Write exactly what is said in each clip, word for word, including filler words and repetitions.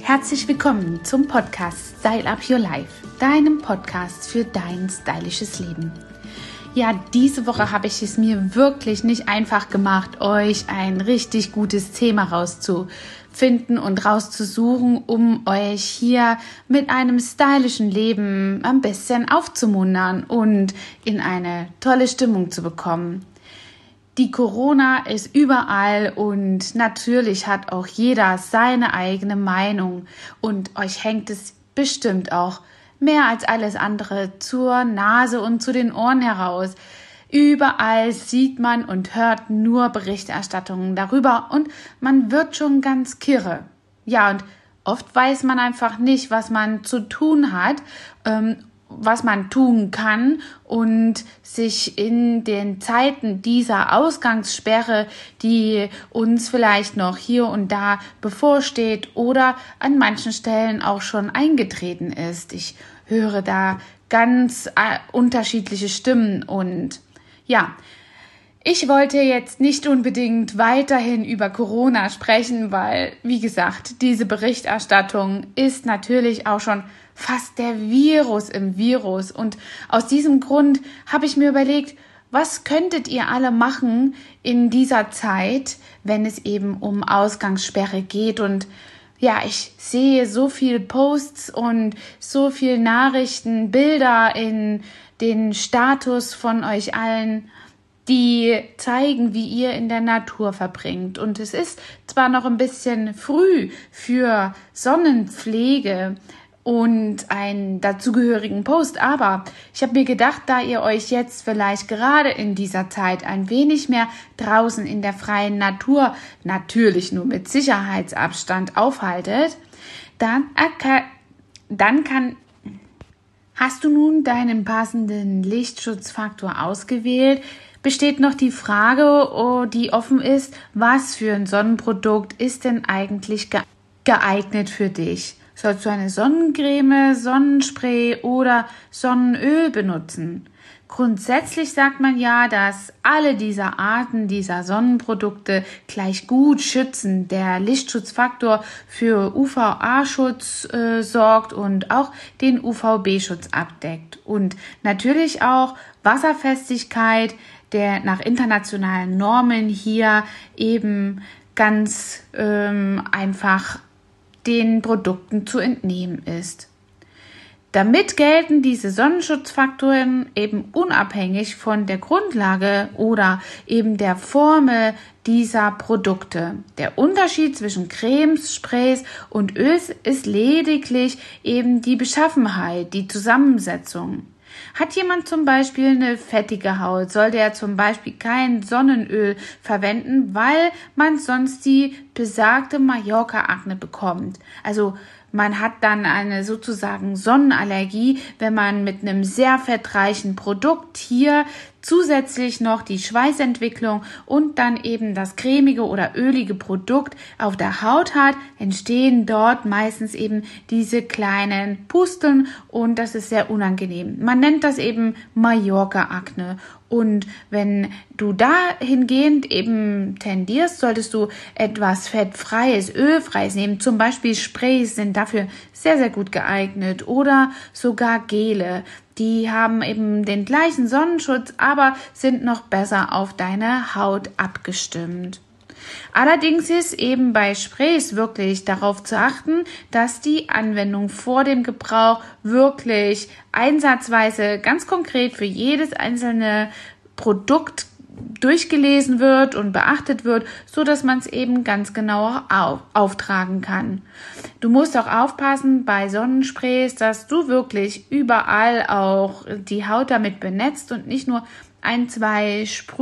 Herzlich willkommen zum Podcast Style Up Your Life, deinem Podcast für dein stylisches Leben. Ja, diese Woche habe ich es mir wirklich nicht einfach gemacht, euch ein richtig gutes Thema rauszufinden und rauszusuchen, um euch hier mit einem stylischen Leben ein bisschen aufzumuntern und in eine tolle Stimmung zu bekommen. Die Corona ist überall und natürlich hat auch jeder seine eigene Meinung und euch hängt es bestimmt auch mehr als alles andere zur Nase und zu den Ohren heraus. Überall sieht man und hört nur Berichterstattungen darüber und man wird schon ganz kirre. Ja, und oft weiß man einfach nicht, was man zu tun hat, ähm, was man tun kann und sich in den Zeiten dieser Ausgangssperre, die uns vielleicht noch hier und da bevorsteht oder an manchen Stellen auch schon eingetreten ist. Ich höre da ganz äh, unterschiedliche Stimmen und ja, ich wollte jetzt nicht unbedingt weiterhin über Corona sprechen, weil, wie gesagt, diese Berichterstattung ist natürlich auch schon fast der Virus im Virus. Und aus diesem Grund habe ich mir überlegt, was könntet ihr alle machen in dieser Zeit, wenn es eben um Ausgangssperre geht? Und ja, ich sehe so viel Posts und so viel Nachrichten, Bilder in den Status von euch allen, die zeigen, wie ihr in der Natur verbringt. Und es ist zwar noch ein bisschen früh für Sonnenpflege und einen dazugehörigen Post, aber ich habe mir gedacht, da ihr euch jetzt vielleicht gerade in dieser Zeit ein wenig mehr draußen in der freien Natur, natürlich nur mit Sicherheitsabstand, aufhaltet, dann, dann kann Hast du nun deinen passenden Lichtschutzfaktor ausgewählt? Besteht noch die Frage, die offen ist, was für ein Sonnenprodukt ist denn eigentlich geeignet für dich? Sollst du eine Sonnencreme, Sonnenspray oder Sonnenöl benutzen? Grundsätzlich sagt man ja, dass alle dieser Arten dieser Sonnenprodukte gleich gut schützen. Der Lichtschutzfaktor für U V A-Schutz äh, sorgt und auch den U V B-Schutz abdeckt. Und natürlich auch Wasserfestigkeit, der nach internationalen Normen hier eben ganz ähm, einfach den Produkten zu entnehmen ist. Damit gelten diese Sonnenschutzfaktoren eben unabhängig von der Grundlage oder eben der Formel dieser Produkte. Der Unterschied zwischen Cremes, Sprays und Öls ist lediglich eben die Beschaffenheit, die Zusammensetzung. Hat jemand zum Beispiel eine fettige Haut, sollte er zum Beispiel kein Sonnenöl verwenden, weil man sonst die besagte Mallorca-Akne bekommt. Also man hat dann eine sozusagen Sonnenallergie, wenn man mit einem sehr fettreichen Produkt hier zusätzlich noch die Schweißentwicklung und dann eben das cremige oder ölige Produkt auf der Haut hat, entstehen dort meistens eben diese kleinen Pusteln und das ist sehr unangenehm. Man nennt das eben Mallorca-Akne. Und wenn du dahingehend eben tendierst, solltest du etwas fettfreies, ölfreies nehmen. Zum Beispiel Sprays sind dafür sehr, sehr gut geeignet oder sogar Gele. Die haben eben den gleichen Sonnenschutz, aber sind noch besser auf deine Haut abgestimmt. Allerdings ist eben bei Sprays wirklich darauf zu achten, dass die Anwendung vor dem Gebrauch wirklich einsatzweise ganz konkret für jedes einzelne Produkt durchgelesen wird und beachtet wird, so dass man es eben ganz genau auf, auftragen kann. Du musst auch aufpassen bei Sonnensprays, dass du wirklich überall auch die Haut damit benetzt und nicht nur ein, zwei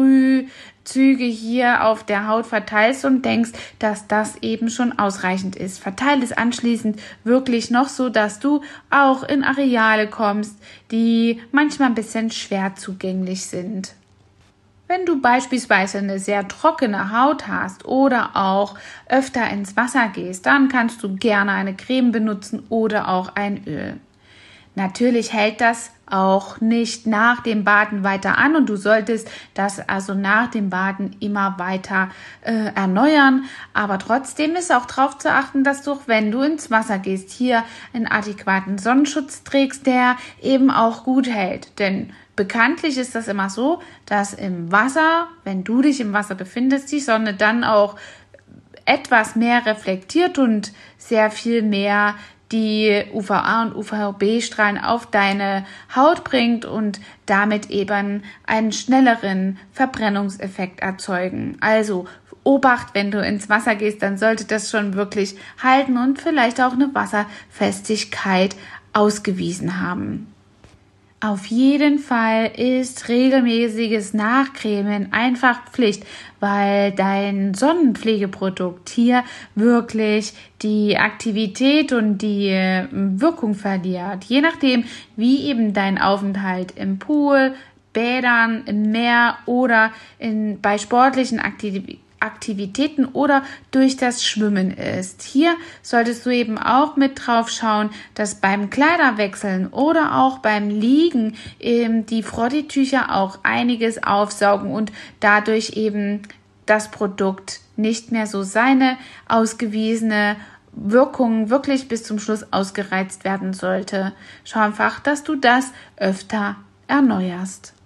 Sprühzüge hier auf der Haut verteilst und denkst, dass das eben schon ausreichend ist. Verteile es anschließend wirklich noch so, dass du auch in Areale kommst, die manchmal ein bisschen schwer zugänglich sind. Wenn du beispielsweise eine sehr trockene Haut hast oder auch öfter ins Wasser gehst, dann kannst du gerne eine Creme benutzen oder auch ein Öl. Natürlich hält das auch nicht nach dem Baden weiter an und du solltest das also nach dem Baden immer weiter äh, erneuern. Aber trotzdem ist auch darauf zu achten, dass du, wenn du ins Wasser gehst, hier einen adäquaten Sonnenschutz trägst, der eben auch gut hält. Denn bekanntlich ist das immer so, dass im Wasser, wenn du dich im Wasser befindest, die Sonne dann auch etwas mehr reflektiert und sehr viel mehr die U V A und U V B-Strahlen auf deine Haut bringt und damit eben einen schnelleren Verbrennungseffekt erzeugen. Also Obacht, wenn du ins Wasser gehst, dann sollte das schon wirklich halten und vielleicht auch eine Wasserfestigkeit ausgewiesen haben. Auf jeden Fall ist regelmäßiges Nachcremen einfach Pflicht, weil dein Sonnenpflegeprodukt hier wirklich die Aktivität und die Wirkung verliert. Je nachdem, wie eben dein Aufenthalt im Pool, Bädern, im Meer oder in, bei sportlichen Aktivitäten Aktivitäten oder durch das Schwimmen ist. Hier solltest du eben auch mit drauf schauen, dass beim Kleiderwechseln oder auch beim Liegen eben die Frottee-Tücher auch einiges aufsaugen und dadurch eben das Produkt nicht mehr so seine ausgewiesene Wirkung wirklich bis zum Schluss ausgereizt werden sollte. Schau einfach, dass du das öfter erneuerst.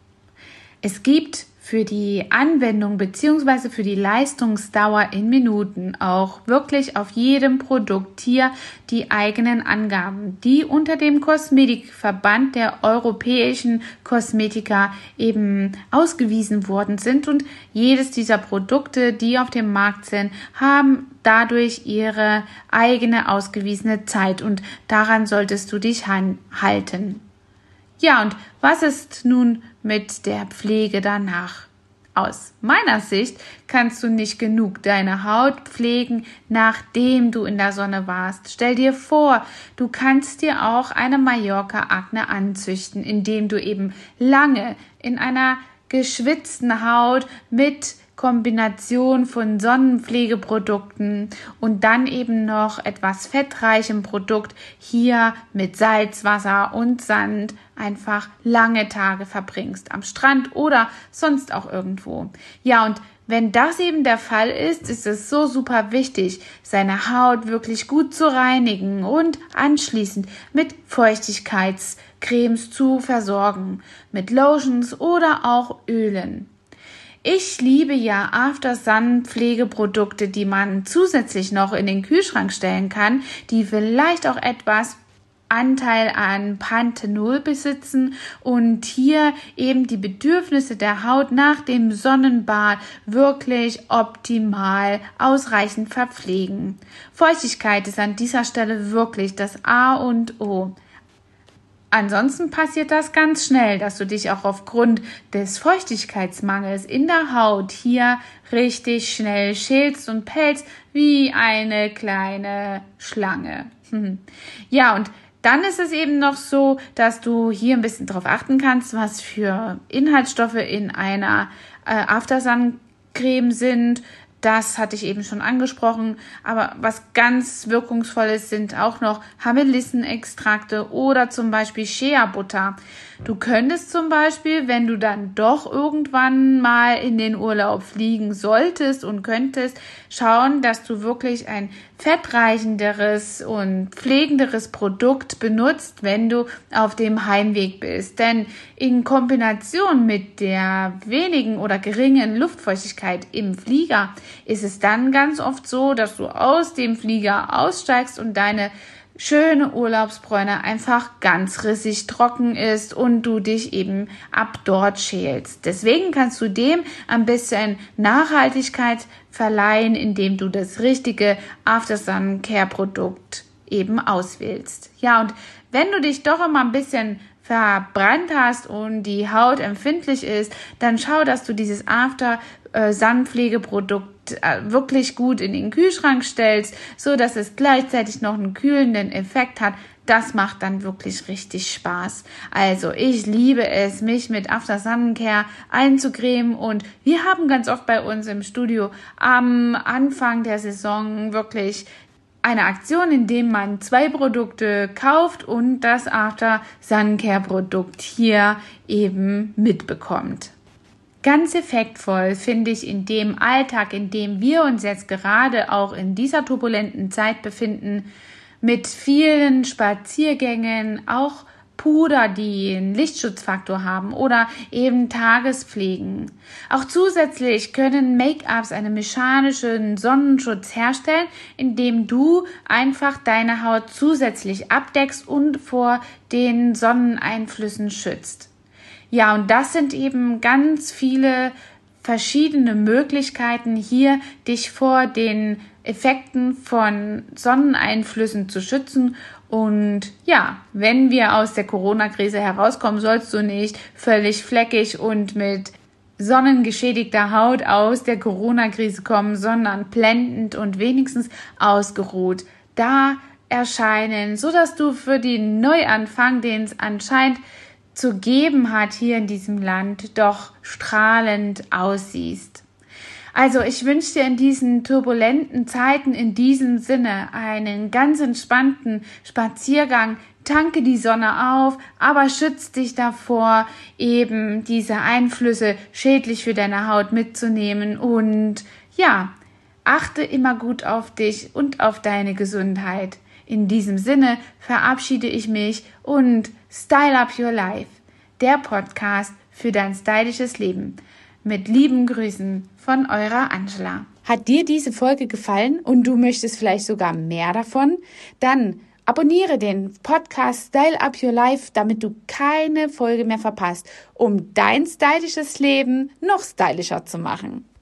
Es gibt für die Anwendung bzw. für die Leistungsdauer in Minuten auch wirklich auf jedem Produkt hier die eigenen Angaben, die unter dem Kosmetikverband der europäischen Kosmetiker eben ausgewiesen worden sind und jedes dieser Produkte, die auf dem Markt sind, haben dadurch ihre eigene ausgewiesene Zeit und daran solltest du dich halten. Ja, und was ist nun mit der Pflege danach? Aus meiner Sicht kannst du nicht genug deine Haut pflegen, nachdem du in der Sonne warst. Stell dir vor, du kannst dir auch eine Mallorca-Akne anzüchten, indem du eben lange in einer geschwitzten Haut mit Kombination von Sonnenpflegeprodukten und dann eben noch etwas fettreichem Produkt hier mit Salzwasser und Sand einfach lange Tage verbringst, am Strand oder sonst auch irgendwo. Ja, und wenn das eben der Fall ist, ist es so super wichtig, seine Haut wirklich gut zu reinigen und anschließend mit Feuchtigkeitscremes zu versorgen, mit Lotions oder auch Ölen. Ich liebe ja After-Sun-Pflegeprodukte, die man zusätzlich noch in den Kühlschrank stellen kann, die vielleicht auch etwas Anteil an Panthenol besitzen und hier eben die Bedürfnisse der Haut nach dem Sonnenbad wirklich optimal ausreichend verpflegen. Feuchtigkeit ist an dieser Stelle wirklich das A und O. Ansonsten passiert das ganz schnell, dass du dich auch aufgrund des Feuchtigkeitsmangels in der Haut hier richtig schnell schälst und pelzt wie eine kleine Schlange. Ja, und dann ist es eben noch so, dass du hier ein bisschen drauf achten kannst, was für Inhaltsstoffe in einer äh, After-Sun-Creme sind. Das hatte ich eben schon angesprochen, aber was ganz wirkungsvolles sind auch noch Hamelissenextrakte oder zum Beispiel Shea-Butter. Du könntest zum Beispiel, wenn du dann doch irgendwann mal in den Urlaub fliegen solltest und könntest, schauen, dass du wirklich ein fettreichenderes und pflegenderes Produkt benutzt, wenn du auf dem Heimweg bist. Denn in Kombination mit der wenigen oder geringen Luftfeuchtigkeit im Flieger ist es dann ganz oft so, dass du aus dem Flieger aussteigst und deine schöne Urlaubsbräune einfach ganz rissig trocken ist und du dich eben ab dort schälst. Deswegen kannst du dem ein bisschen Nachhaltigkeit verleihen, indem du das richtige After-Sun-Care-Produkt eben auswählst. Ja, und wenn du dich doch immer ein bisschen verbrannt hast und die Haut empfindlich ist, dann schau, dass du dieses After-Sun-Pflegeprodukt wirklich gut in den Kühlschrank stellst, so dass es gleichzeitig noch einen kühlenden Effekt hat. Das macht dann wirklich richtig Spaß. Also ich liebe es, mich mit After Sun Care einzucremen und wir haben ganz oft bei uns im Studio am Anfang der Saison wirklich eine Aktion, in der man zwei Produkte kauft und das After Sun Care Produkt hier eben mitbekommt. Ganz effektvoll finde ich in dem Alltag, in dem wir uns jetzt gerade auch in dieser turbulenten Zeit befinden, mit vielen Spaziergängen, auch Puder, die einen Lichtschutzfaktor haben oder eben Tagespflegen. Auch zusätzlich können Make-ups einen mechanischen Sonnenschutz herstellen, indem du einfach deine Haut zusätzlich abdeckst und vor den Sonneneinflüssen schützt. Ja, und das sind eben ganz viele verschiedene Möglichkeiten hier, dich vor den Effekten von Sonneneinflüssen zu schützen. Und ja, wenn wir aus der Corona-Krise herauskommen, sollst du nicht völlig fleckig und mit sonnengeschädigter Haut aus der Corona-Krise kommen, sondern blendend und wenigstens ausgeruht da erscheinen, sodass du für den Neuanfang, den es anscheinend zu geben hat hier in diesem Land, doch strahlend aussiehst. Also ich wünsche dir in diesen turbulenten Zeiten in diesem Sinne einen ganz entspannten Spaziergang. Tanke die Sonne auf, aber schütz dich davor, eben diese Einflüsse schädlich für deine Haut mitzunehmen. Und ja, achte immer gut auf dich und auf deine Gesundheit. In diesem Sinne verabschiede ich mich und Style Up Your Life, der Podcast für dein stylisches Leben. Mit lieben Grüßen von eurer Angela. Hat dir diese Folge gefallen und du möchtest vielleicht sogar mehr davon? Dann abonniere den Podcast Style Up Your Life, damit du keine Folge mehr verpasst, um dein stylisches Leben noch stylischer zu machen.